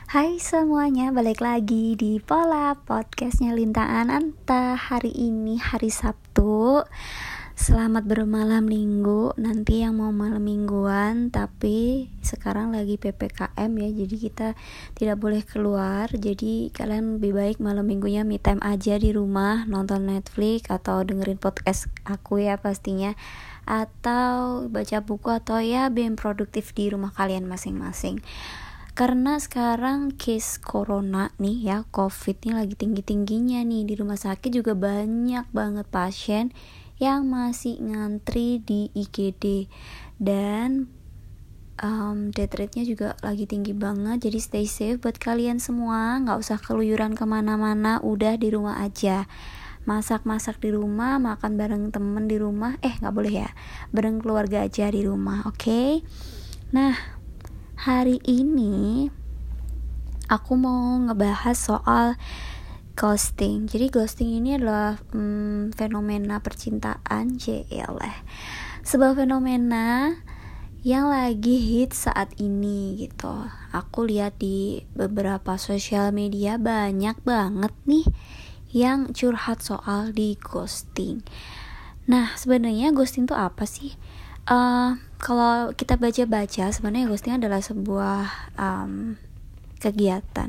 Hai semuanya, balik lagi di Pola Podcastnya Lintaan Anta. Hari ini hari Sabtu. Selamat bermalam minggu. Nanti yang mau malam mingguan, tapi sekarang lagi PPKM ya, jadi kita tidak boleh keluar. Jadi kalian lebih baik malam minggunya me time aja di rumah, nonton Netflix atau dengerin podcast aku ya pastinya, atau baca buku, atau ya being produktif di rumah kalian masing-masing. Karena sekarang case corona nih ya, covid nih lagi tinggi-tingginya nih. Di rumah sakit juga banyak banget pasien yang masih ngantri di IGD. Dan death rate-nya juga lagi tinggi banget. Jadi stay safe buat kalian semua. Gak usah keluyuran kemana-mana, udah di rumah aja. Masak-masak di rumah, makan bareng temen di rumah. Gak boleh ya, bareng keluarga aja di rumah, oke? Nah, hari ini aku mau ngebahas soal ghosting. Jadi ghosting ini adalah fenomena percintaan, sebuah fenomena yang lagi hit saat ini gitu. Aku lihat di beberapa sosial media banyak banget nih yang curhat soal di ghosting. Nah, sebenarnya ghosting itu apa sih? Kalau kita baca-baca, sebenarnya ghosting adalah sebuah kegiatan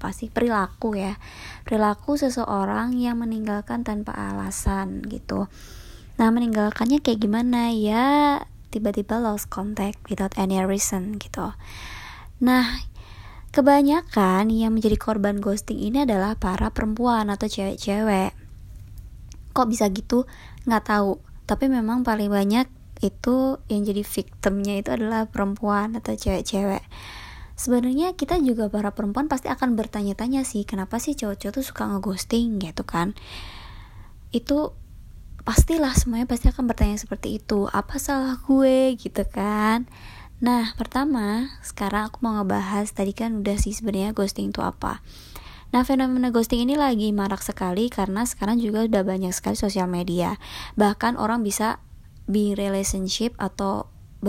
perilaku seseorang yang meninggalkan tanpa alasan gitu. Nah, meninggalkannya kayak gimana ya? Tiba-tiba lost contact without any reason gitu. Nah, kebanyakan yang menjadi korban ghosting ini adalah para perempuan atau cewek-cewek. Kok bisa gitu? Nggak tahu. Tapi memang paling banyak itu yang jadi victimnya itu adalah perempuan atau cewek-cewek. Sebenarnya kita juga para perempuan pasti akan bertanya-tanya sih, kenapa sih cowok-cowok tuh suka ngeghosting gitu kan. Itu pastilah, semuanya pasti akan bertanya seperti itu. Apa salah gue gitu kan. Nah, pertama sekarang aku mau ngebahas, tadi kan udah sih sebenarnya ghosting itu apa. Nah, fenomena ghosting ini lagi marak sekali karena sekarang juga udah banyak sekali sosial media. Bahkan orang bisa being relationship atau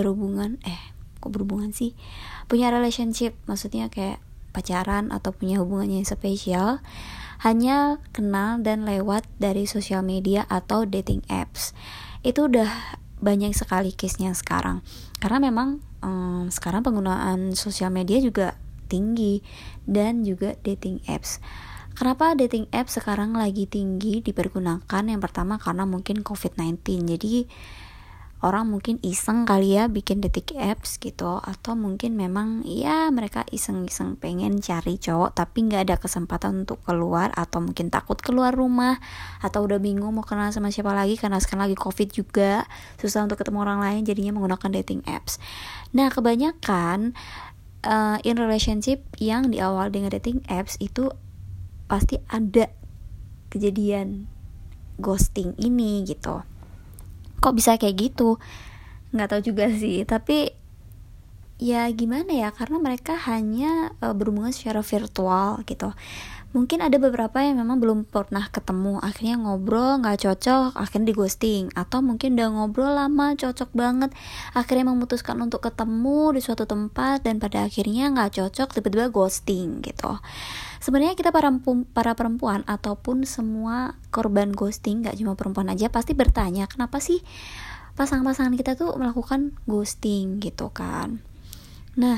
punya relationship, maksudnya kayak pacaran atau punya hubungan yang spesial, hanya kenal dan lewat dari sosial media atau dating apps. Itu udah banyak sekali case-nya sekarang, karena memang sekarang penggunaan sosial media juga tinggi, dan juga dating apps. Kenapa dating apps sekarang lagi tinggi dipergunakan? Yang pertama karena mungkin COVID-19. Jadi orang mungkin iseng kali ya bikin dating apps gitu, atau mungkin memang ya mereka iseng-iseng pengen cari cowok tapi gak ada kesempatan untuk keluar, atau mungkin takut keluar rumah, atau udah bingung mau kenal sama siapa lagi karena sekarang lagi COVID juga, susah untuk ketemu orang lain, jadinya menggunakan dating apps. Nah, kebanyakan in relationship yang diawali dengan dating apps itu pasti ada kejadian ghosting ini gitu. Kok bisa kayak gitu? Nggak tahu juga sih, tapi ya gimana ya, karena mereka hanya berhubungan secara virtual gitu. Mungkin ada beberapa yang memang belum pernah ketemu, akhirnya ngobrol nggak cocok, akhirnya di ghosting. Atau mungkin udah ngobrol lama, cocok banget, akhirnya memutuskan untuk ketemu di suatu tempat, dan pada akhirnya nggak cocok, tiba-tiba ghosting gitu. Sebenarnya kita para perempuan ataupun semua korban ghosting, gak cuma perempuan aja, pasti bertanya kenapa sih pasangan-pasangan kita tuh melakukan ghosting gitu kan. Nah,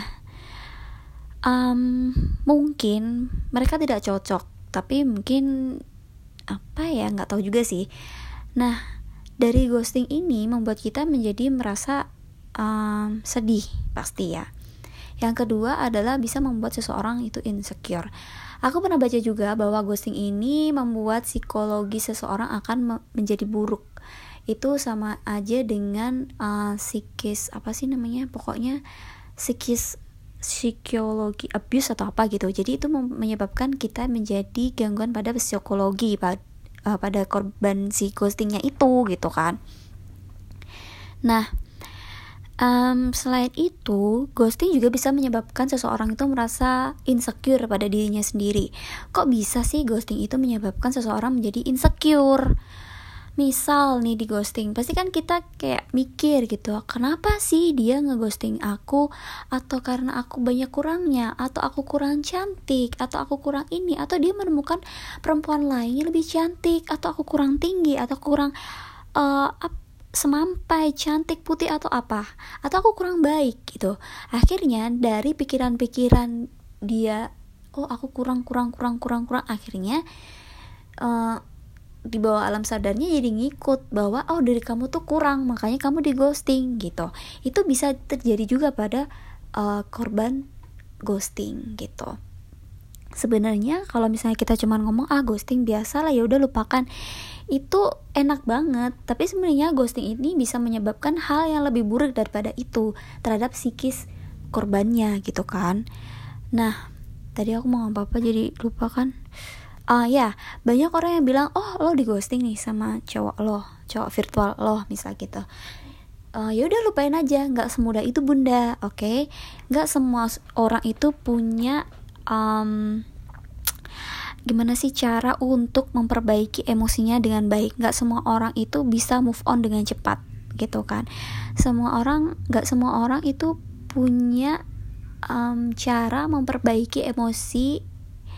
mungkin mereka tidak cocok, tapi mungkin gak tahu juga sih. Nah, dari ghosting ini membuat kita menjadi merasa sedih pasti ya. Yang kedua adalah bisa membuat seseorang itu insecure. Aku pernah baca juga bahwa ghosting ini membuat psikologi seseorang akan menjadi buruk. Itu sama aja dengan psikologi abuse atau apa gitu. Jadi itu menyebabkan kita menjadi gangguan pada psikologi pada korban si ghostingnya itu gitu kan. Nah, selain itu, ghosting juga bisa menyebabkan seseorang itu merasa insecure pada dirinya sendiri. Kok bisa sih ghosting itu menyebabkan seseorang menjadi insecure? Misal nih di ghosting, pasti kan kita kayak mikir gitu, kenapa sih dia ngeghosting aku, atau karena aku banyak kurangnya, atau aku kurang cantik, atau aku kurang ini, atau dia menemukan perempuan lain yang lebih cantik, atau aku kurang tinggi, atau aku kurang semampai, cantik, putih, atau apa, atau aku kurang baik gitu. Akhirnya dari pikiran-pikiran dia, oh aku kurang, akhirnya di bawah alam sadarnya jadi ngikut bahwa oh dari kamu tuh kurang, makanya kamu di ghosting gitu. Itu bisa terjadi juga pada korban ghosting gitu. Sebenarnya kalau misalnya kita cuma ngomong ghosting biasa lah, ya udah lupakan, itu enak banget. Tapi sebenarnya ghosting ini bisa menyebabkan hal yang lebih buruk daripada itu terhadap psikis korbannya gitu kan. Nah, tadi aku mau ngomong apa jadi lupa kan. Ya, banyak orang yang bilang, oh lo di ghosting nih sama cowok virtual lo, misal gitu. Ya udah lupain aja, nggak semudah itu bunda, oke? Nggak semua orang itu punya gimana sih cara untuk memperbaiki emosinya dengan baik. Nggak semua orang itu bisa move on dengan cepat, gitu kan? Nggak semua orang itu punya cara memperbaiki emosinya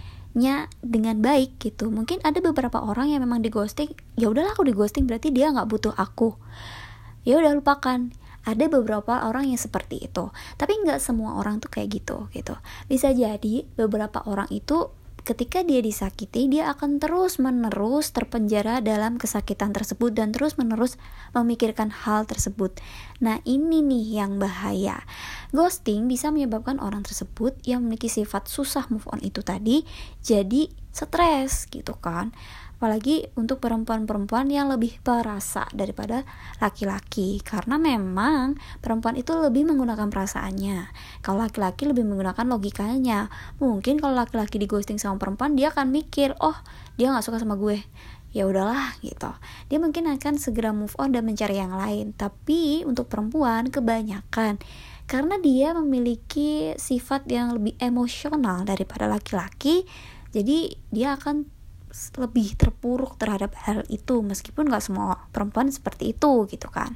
dengan baik gitu. Mungkin ada beberapa orang yang memang di ghosting, ya udahlah aku di ghosting berarti dia nggak butuh aku, ya udah lupakan. Ada beberapa orang yang seperti itu, tapi nggak semua orang tuh kayak gitu. Bisa jadi beberapa orang itu ketika dia disakiti, dia akan terus-menerus terpenjara dalam kesakitan tersebut dan terus-menerus memikirkan hal tersebut. Nah, ini nih yang bahaya. Ghosting bisa menyebabkan orang tersebut yang memiliki sifat susah move on itu tadi jadi stres gitu kan. Apalagi untuk perempuan-perempuan yang lebih perasa daripada laki-laki, karena memang perempuan itu lebih menggunakan perasaannya, kalau laki-laki lebih menggunakan logikanya. Mungkin kalau laki-laki di ghosting sama perempuan, dia akan mikir, oh dia nggak suka sama gue, ya udahlah gitu, dia mungkin akan segera move on dan mencari yang lain. Tapi untuk perempuan kebanyakan, karena dia memiliki sifat yang lebih emosional daripada laki-laki, jadi dia akan lebih terpuruk terhadap hal itu, meskipun gak semua perempuan seperti itu gitu kan.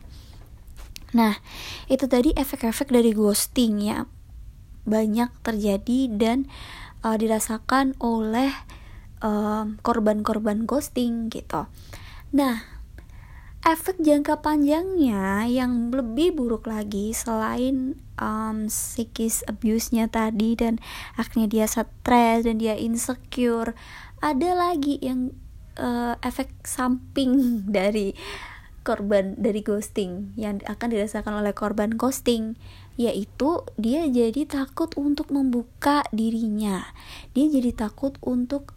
Nah, itu tadi efek-efek dari ghosting ya, banyak terjadi dan dirasakan oleh korban-korban ghosting gitu. Nah, efek jangka panjangnya yang lebih buruk lagi selain psikis abuse-nya tadi dan akhirnya dia stres dan dia insecure, ada lagi yang efek samping dari korban dari ghosting yang akan dirasakan oleh korban ghosting, yaitu dia jadi takut untuk membuka dirinya, dia jadi takut untuk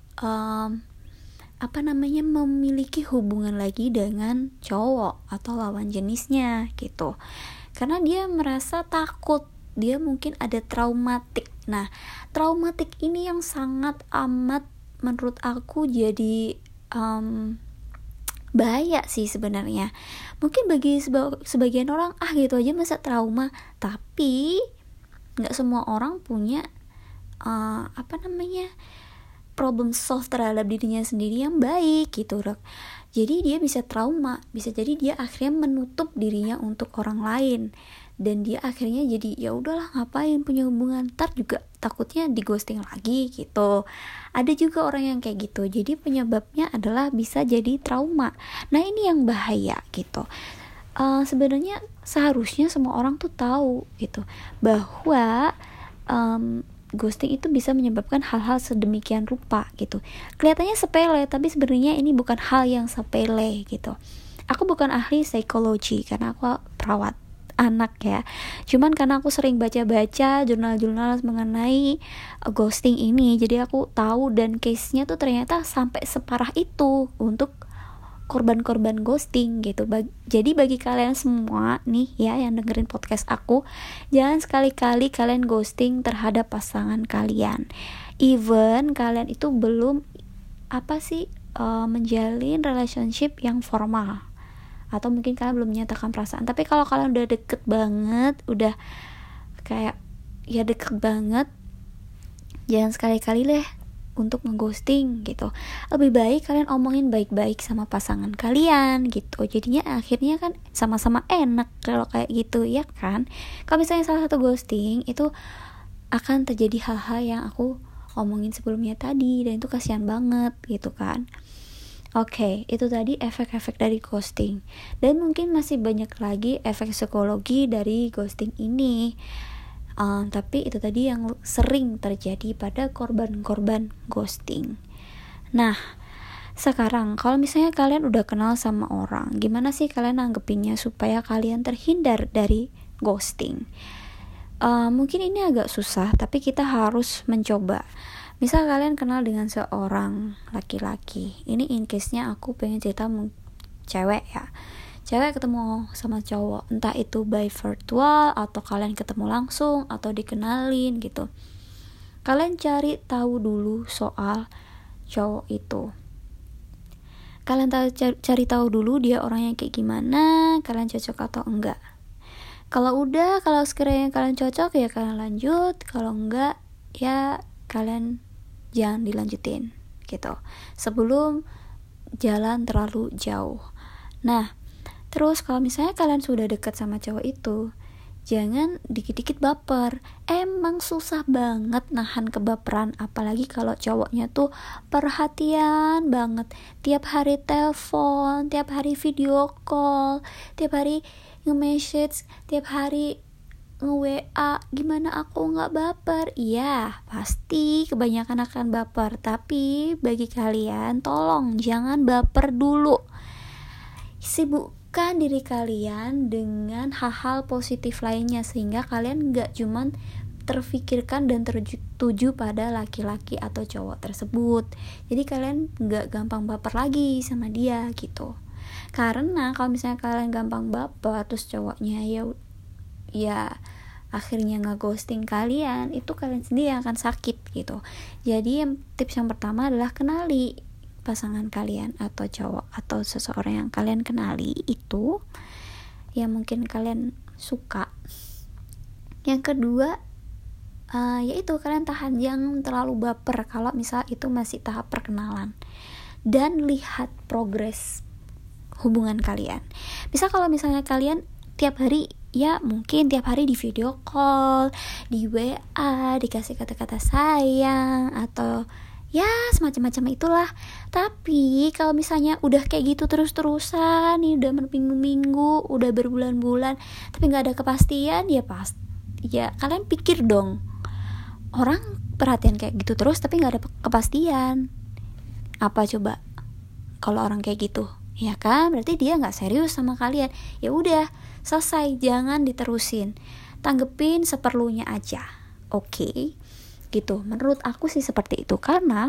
memiliki hubungan lagi dengan cowok atau lawan jenisnya gitu, karena dia merasa takut, dia mungkin ada traumatik. Nah, traumatik ini yang sangat amat menurut aku jadi bahaya sih sebenarnya. Mungkin bagi sebagian orang gitu aja masa trauma, tapi nggak semua orang punya problem solve terhadap dirinya sendiri yang baik gitu. Jadi dia bisa trauma, bisa jadi dia akhirnya menutup dirinya untuk orang lain, dan dia akhirnya jadi ya udahlah ngapain punya hubungan, ntar juga takutnya di ghosting lagi gitu. Ada juga orang yang kayak gitu, jadi penyebabnya adalah bisa jadi trauma. Nah, ini yang bahaya gitu. Sebenarnya seharusnya semua orang tuh tahu gitu bahwa ghosting itu bisa menyebabkan hal-hal sedemikian rupa gitu. Kelihatannya sepele, tapi sebenarnya ini bukan hal yang sepele gitu. Aku bukan ahli psikologi karena aku perawat anak ya. Cuman karena aku sering baca-baca jurnal-jurnal mengenai ghosting ini, jadi aku tahu, dan case-nya tuh ternyata sampai separah itu untuk korban-korban ghosting gitu. Jadi bagi kalian semua nih ya yang dengerin podcast aku, jangan sekali-kali kalian ghosting terhadap pasangan kalian, even kalian itu belum menjalin relationship yang formal, atau mungkin kalian belum menyatakan perasaan. Tapi kalau kalian udah deket banget, udah kayak ya deket banget, jangan sekali-kali deh untuk ngeghosting gitu. Lebih baik kalian omongin baik-baik sama pasangan kalian gitu. Jadinya akhirnya kan sama-sama enak kalau kayak gitu, ya kan? Kalau misalnya salah satu ghosting, itu akan terjadi hal-hal yang aku omongin sebelumnya tadi, dan itu kasihan banget gitu kan. Oke, itu tadi efek-efek dari ghosting. Dan mungkin masih banyak lagi efek psikologi dari ghosting ini. Tapi itu tadi yang sering terjadi pada korban-korban ghosting. Nah, sekarang kalau misalnya kalian udah kenal sama orang, gimana sih kalian nanggepinnya supaya kalian terhindar dari ghosting? Mungkin ini agak susah, tapi kita harus mencoba. Misal kalian kenal dengan seorang laki-laki, ini in case-nya aku pengen cerita cewek ya. Cewek ketemu sama cowok, entah itu by virtual atau kalian ketemu langsung atau dikenalin gitu. Kalian cari tahu dulu soal cowok itu. Kalian cari tahu dulu dia orangnya kayak gimana, kalian cocok atau enggak. Kalau sekiranya kalian cocok ya kalian lanjut, kalau enggak ya kalian jangan dilanjutin gitu sebelum jalan terlalu jauh. Nah, terus kalau misalnya kalian sudah dekat sama cowok itu, jangan dikit-dikit baper. Emang susah banget nahan kebaperan, apalagi kalau cowoknya tuh perhatian banget, tiap hari telepon, tiap hari video call, tiap hari nge-message, tiap hari nge-WA. Gimana aku gak baper? Iya, pasti kebanyakan akan baper. Tapi bagi kalian, tolong jangan baper dulu. Sibukkan diri kalian dengan hal-hal positif lainnya, sehingga kalian gak cuman terfikirkan dan tertuju pada laki-laki atau cowok tersebut. Jadi kalian gak gampang baper lagi sama dia gitu. Karena kalau misalnya kalian gampang baper, terus cowoknya ya akhirnya ngeghosting kalian, itu kalian sendiri yang akan sakit gitu. Jadi tips yang pertama adalah kenali pasangan kalian atau cowok atau seseorang yang kalian kenali itu yang mungkin kalian suka. Yang kedua, yaitu kalian tahan, jangan terlalu baper kalau misal itu masih tahap perkenalan, dan lihat progres hubungan kalian. Misal kalau misalnya kalian tiap hari, ya mungkin tiap hari di video call, di WA, dikasih kata-kata sayang atau ya semacam-macam itulah. Tapi kalau misalnya udah kayak gitu terus-terusan, nih udah berminggu-minggu, udah berbulan-bulan, tapi nggak ada kepastian, ya kalian pikir dong, orang perhatian kayak gitu terus tapi nggak ada kepastian, apa coba kalau orang kayak gitu? Ya kan, berarti dia nggak serius sama kalian. Ya udah, selesai, jangan diterusin, tanggepin seperlunya aja, oke? Gitu. Menurut aku sih seperti itu. Karena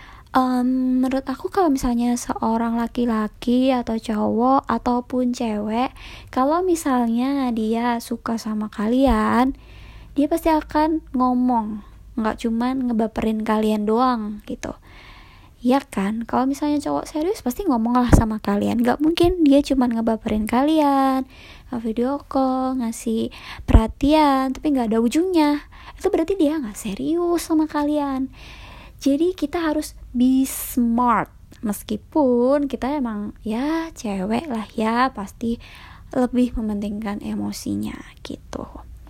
menurut aku kalau misalnya seorang laki-laki atau cowok ataupun cewek, kalau misalnya dia suka sama kalian, dia pasti akan ngomong, nggak cuman ngebaperin kalian doang gitu. Ya kan, kalau misalnya cowok serius pasti ngomong lah sama kalian. Gak mungkin dia cuma ngebaperin kalian, video call, ngasih perhatian, tapi gak ada ujungnya. Itu berarti dia gak serius sama kalian. Jadi kita harus be smart. Meskipun kita emang ya cewek lah ya, pasti lebih mementingkan emosinya gitu.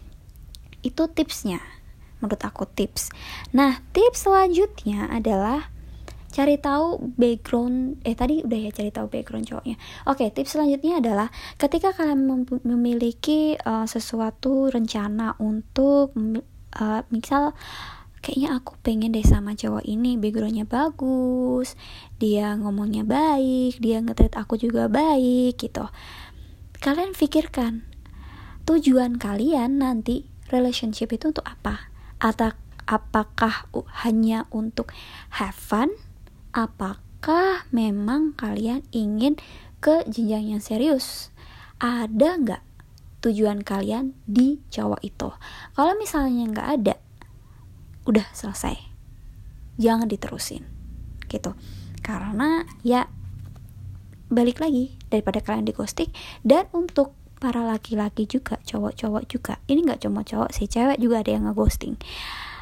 Itu tipsnya, menurut aku tips. Nah, tips selanjutnya adalah cari tahu background, tadi udah ya cari tahu background cowoknya. Oke, tips selanjutnya adalah ketika kalian memiliki sesuatu rencana untuk misal kayaknya aku pengen deh sama cowok ini, backgroundnya bagus, dia ngomongnya baik, dia nge-treat aku juga baik gitu. Kalian pikirkan tujuan kalian nanti relationship itu untuk apa? Apakah hanya untuk have fun? Apakah memang kalian ingin ke jenjang yang serius? Ada nggak tujuan kalian di cowok itu? Kalau misalnya nggak ada, udah selesai, jangan diterusin gitu. Karena ya balik lagi, daripada kalian di ghosting. Dan untuk para laki-laki juga, cowok-cowok juga, ini nggak cuma cowok sih, cewek juga ada yang nge-ghosting.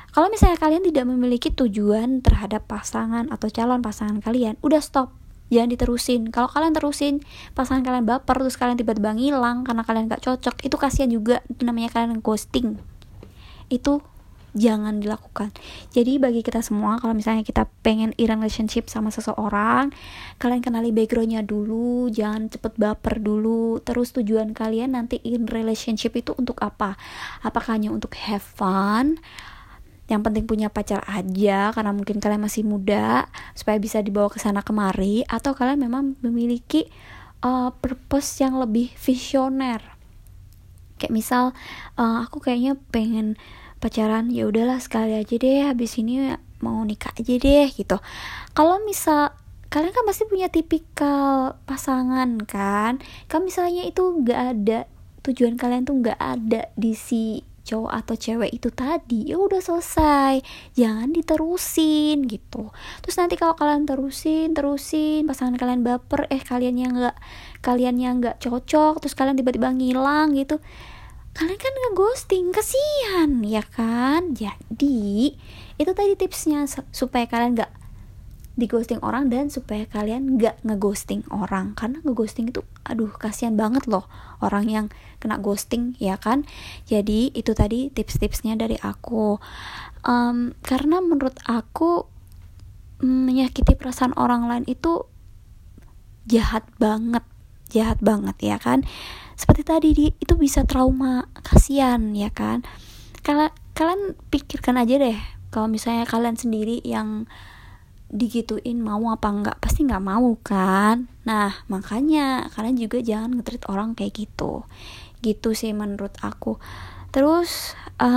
Kalau misalnya kalian tidak memiliki tujuan terhadap pasangan atau calon pasangan kalian, udah stop, jangan diterusin. Kalau kalian terusin, pasangan kalian baper, terus kalian tiba-tiba ngilang karena kalian gak cocok, itu kasihan juga, itu namanya kalian ghosting. Itu jangan dilakukan. Jadi bagi kita semua, kalau misalnya kita pengen in relationship sama seseorang, kalian kenali backgroundnya dulu, jangan cepet baper dulu. Terus tujuan kalian nanti in relationship itu untuk apa? Apakah hanya untuk have fun, yang penting punya pacar aja karena mungkin kalian masih muda supaya bisa dibawa ke sana kemari, atau kalian memang memiliki purpose yang lebih visioner? Kayak misal aku kayaknya pengen pacaran, ya udahlah sekali aja deh, habis ini mau nikah aja deh gitu. Kalau misal kalian kan pasti punya tipikal pasangan kan misalnya itu nggak ada, tujuan kalian tuh nggak ada di si cowok atau cewek itu tadi, ya udah selesai, jangan diterusin gitu. Terus nanti kalau kalian terusin pasangan kalian baper, kalian yang nggak cocok, terus kalian tiba-tiba ngilang gitu, kalian kan nge-ghosting, kasihan ya kan. Jadi itu tadi tipsnya supaya kalian gak di-ghosting orang dan supaya kalian gak nge-ghosting orang. Karena nge-ghosting itu kasihan banget loh orang yang kena ghosting ya kan. Jadi itu tadi tips-tipsnya dari aku. Karena menurut aku menyakiti perasaan orang lain itu jahat banget ya kan. Seperti tadi itu bisa trauma, kasihan ya kan. Kalian pikirkan aja deh, kalau misalnya kalian sendiri yang digituin, mau apa enggak? Pasti enggak mau kan. Nah makanya kalian juga jangan nge-treat orang kayak gitu sih menurut aku. Terus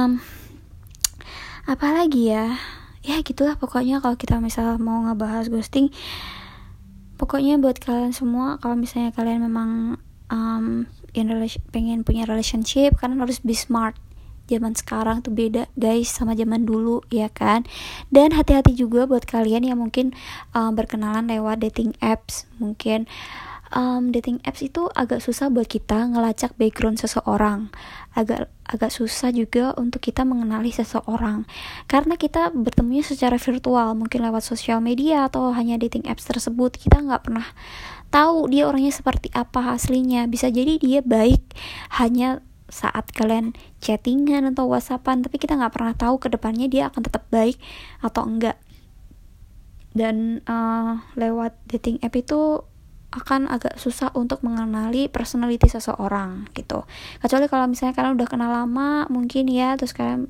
apa lagi ya gitulah pokoknya. Kalau kita misal mau ngebahas ghosting, pokoknya buat kalian semua, kalau misalnya kalian memang pengen punya relationship, kalian harus be smart. Zaman sekarang tuh beda guys sama zaman dulu ya kan. Dan hati-hati juga buat kalian yang mungkin berkenalan lewat dating apps. Mungkin dating apps itu agak susah buat kita ngelacak background seseorang, agak susah juga untuk kita mengenali seseorang karena kita bertemunya secara virtual, mungkin lewat sosial media atau hanya dating apps tersebut. Kita nggak pernah tahu dia orangnya seperti apa aslinya. Bisa jadi dia baik hanya saat kalian chattingan atau whatsappan, tapi kita nggak pernah tahu ke depannya dia akan tetap baik atau enggak. Dan lewat dating app itu akan agak susah untuk mengenali personality seseorang gitu. Kecuali kalau misalnya kalian udah kenal lama mungkin ya, terus kalian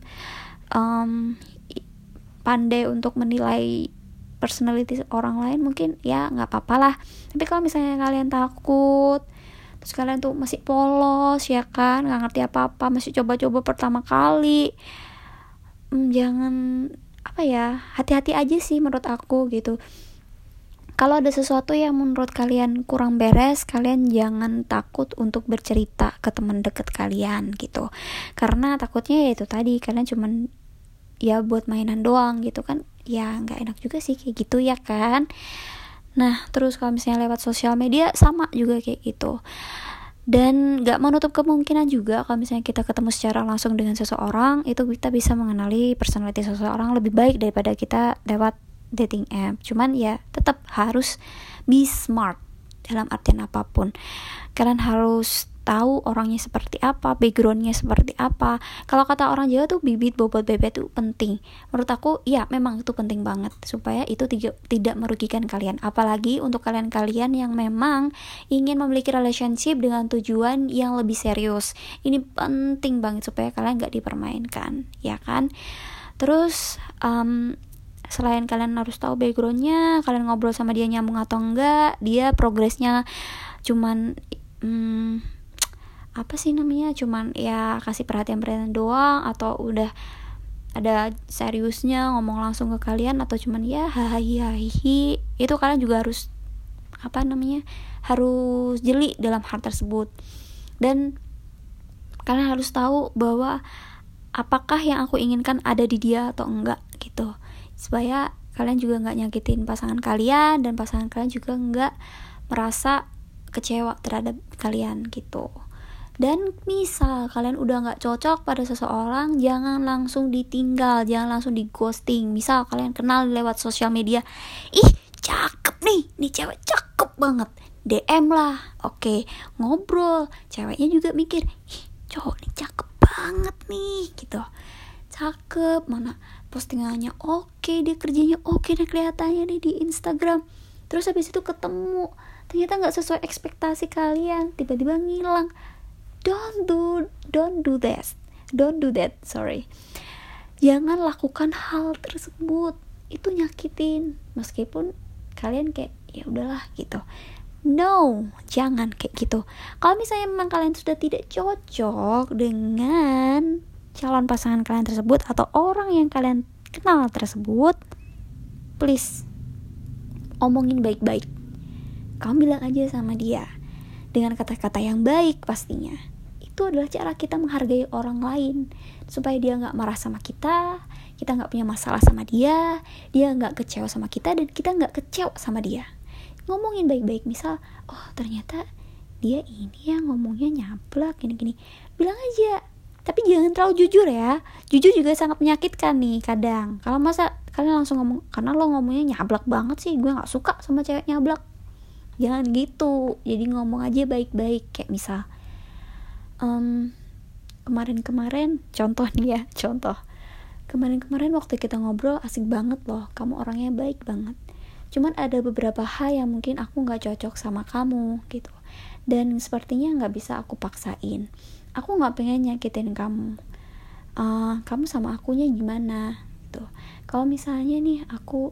pandai untuk menilai personality orang lain, mungkin ya nggak apa-apa lah. Tapi kalau misalnya kalian takut, terus kalian tuh masih polos ya kan, nggak ngerti apa-apa, masih coba-coba pertama kali, jangan hati-hati aja sih menurut aku gitu. Kalau ada sesuatu yang menurut kalian kurang beres, kalian jangan takut untuk bercerita ke teman dekat kalian gitu. Karena takutnya ya itu tadi, kalian cuman ya buat mainan doang gitu kan, ya nggak enak juga sih kayak gitu ya kan. Nah terus kalau misalnya lewat sosial media sama juga kayak gitu. Dan nggak menutup kemungkinan juga kalau misalnya kita ketemu secara langsung dengan seseorang, itu kita bisa mengenali personality seseorang lebih baik daripada kita lewat dating app. Cuman ya tetap harus be smart dalam artian apapun. Kalian harus tahu orangnya seperti apa, backgroundnya seperti apa. Kalau kata orang Jawa tuh bibit bobot bebek itu penting. Menurut aku ya memang itu penting banget supaya itu tidak merugikan kalian. Apalagi untuk kalian-kalian yang memang ingin memiliki relationship dengan tujuan yang lebih serius. Ini penting banget supaya kalian gak dipermainkan, ya kan? Terus selain kalian harus tahu backgroundnya, kalian ngobrol sama dia nyambung atau enggak, dia progresnya cuman cuman ya kasih perhatian doang, atau udah ada seriusnya ngomong langsung ke kalian, atau cuman ya hahihi, itu kalian juga harus harus jeli dalam hal tersebut. Dan kalian harus tahu bahwa apakah yang aku inginkan ada di dia atau enggak gitu, supaya kalian juga nggak nyakitin pasangan kalian dan pasangan kalian juga nggak merasa kecewa terhadap kalian gitu. Dan misal kalian udah gak cocok pada seseorang, jangan langsung ditinggal, jangan langsung di ghosting. Misal kalian kenal lewat sosial media, ih cakep nih cewek cakep banget, DM lah, oke, ngobrol, ceweknya juga mikir, ih cowok nih cakep banget nih gitu, cakep, mana postingannya oke, dia kerjanya oke, dan kelihatannya nih di Instagram. Terus habis itu ketemu, ternyata gak sesuai ekspektasi kalian, tiba-tiba ngilang. Don't do that, sorry. Jangan lakukan hal tersebut, itu nyakitin. Meskipun kalian kayak ya udahlah gitu. No, jangan kayak gitu. Kalau misalnya memang kalian sudah tidak cocok dengan calon pasangan kalian tersebut atau orang yang kalian kenal tersebut, please omongin baik-baik. Kamu bilang aja sama dia dengan kata-kata yang baik pastinya. Itu adalah cara kita menghargai orang lain, supaya dia gak marah sama kita gak punya masalah sama dia gak kecewa sama kita, dan kita gak kecewa sama dia. Ngomongin baik-baik, misal, oh ternyata dia ini yang ngomongnya nyablak, gini-gini, bilang aja. Tapi jangan terlalu jujur ya. Jujur juga sangat menyakitkan nih kadang. Kalau masa kalian langsung ngomong, karena lo ngomongnya nyablak banget sih, gue gak suka sama cewek nyablak. Jangan gitu. Jadi ngomong aja baik-baik. Kayak misal kemarin kemarin waktu kita ngobrol asik banget loh, kamu orangnya baik banget, cuman ada beberapa hal yang mungkin aku gak cocok sama kamu gitu, dan sepertinya gak bisa aku paksain. Aku gak pengen nyakitin kamu. Kamu sama akunya gimana gitu. Kalau misalnya nih aku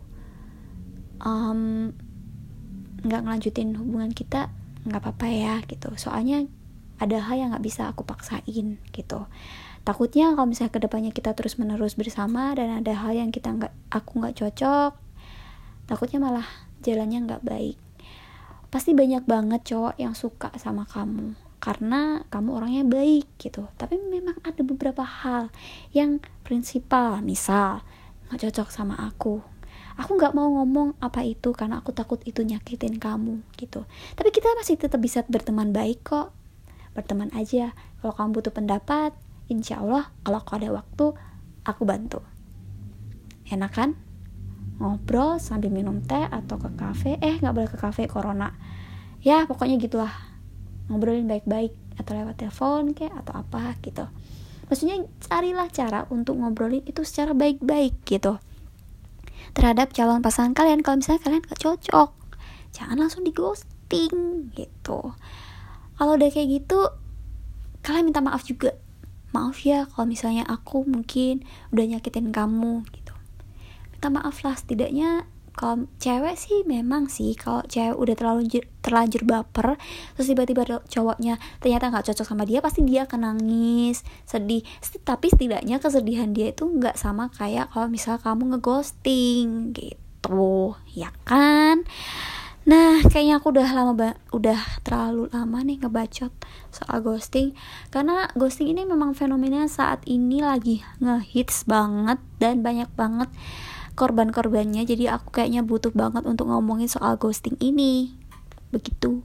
gak ngelanjutin hubungan kita, gak apa-apa ya gitu, soalnya ada hal yang gak bisa aku paksain gitu. Takutnya kalau misalnya kedepannya kita terus menerus bersama dan ada hal yang aku gak cocok, takutnya malah jalannya gak baik. Pasti banyak banget cowok yang suka sama kamu karena kamu orangnya baik gitu. Tapi memang ada beberapa hal yang prinsipal, misal gak cocok sama aku gak mau ngomong apa itu karena aku takut itu nyakitin kamu gitu. Tapi kita masih tetap bisa berteman baik kok. Berteman aja. Kalau kamu butuh pendapat, insya Allah kalau ada waktu aku bantu. Enak kan? Ngobrol sambil minum teh atau ke kafe. Gak boleh ke kafe, corona. Ya pokoknya gitulah. Ngobrolin baik-baik atau lewat telepon kayak atau apa gitu. Maksudnya carilah cara untuk ngobrolin itu secara baik-baik gitu terhadap calon pasangan kalian. Kalau misalnya kalian gak cocok, jangan langsung di ghosting gitu. Kalau udah kayak gitu, kalian minta maaf juga. Maaf ya kalau misalnya aku mungkin udah nyakitin kamu gitu. Minta maaf lah, setidaknya. Kalau cewek sih memang sih, kalau cewek udah terlanjur baper, terus tiba-tiba cowoknya ternyata gak cocok sama dia, pasti dia akan nangis, sedih. Tapi setidaknya kesedihan dia itu gak sama kayak kalau misal kamu ngeghosting gitu, ya kan? Nah, kayaknya aku udah terlalu lama nih ngebacot soal ghosting. Karena ghosting ini memang fenomena saat ini lagi ngehits banget dan banyak banget korban-korbannya. Jadi aku kayaknya butuh banget untuk ngomongin soal ghosting ini. Begitu.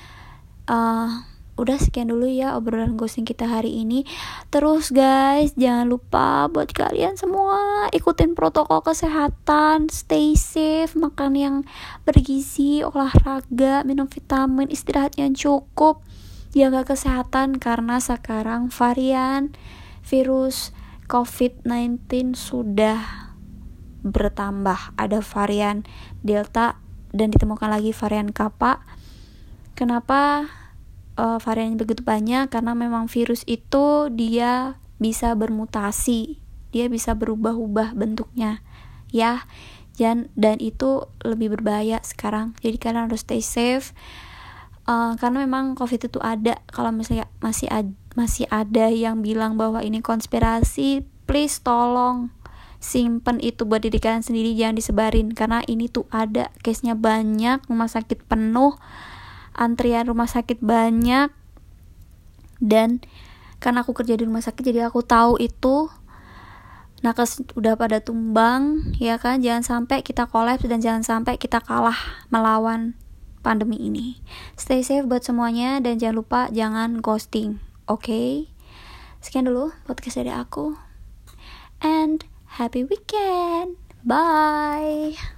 Udah sekian dulu ya obrolan ghosting kita hari ini. Terus guys, jangan lupa buat kalian semua ikutin protokol kesehatan, stay safe, makan yang bergizi, olahraga, minum vitamin, istirahat yang cukup, jaga kesehatan karena sekarang varian virus COVID-19 sudah bertambah. Ada varian Delta dan ditemukan lagi varian Kappa. Kenapa varian begitu banyak? Karena memang virus itu dia bisa bermutasi, dia bisa berubah-ubah bentuknya ya, dan itu lebih berbahaya sekarang. Jadi kalian harus stay safe, karena memang COVID itu ada. Kalau misalnya masih ada yang bilang bahwa ini konspirasi, please tolong simpen itu buat diri kalian sendiri, jangan disebarin, karena ini tuh ada, case-nya banyak, rumah sakit penuh, antrian rumah sakit banyak. Dan karena aku kerja di rumah sakit, jadi aku tahu itu nakes udah pada tumbang, ya kan? Jangan sampai kita kolaps dan jangan sampai kita kalah melawan pandemi ini. Stay safe buat semuanya dan jangan lupa jangan ghosting. Oke, sekian dulu podcast dari aku, and happy weekend, bye.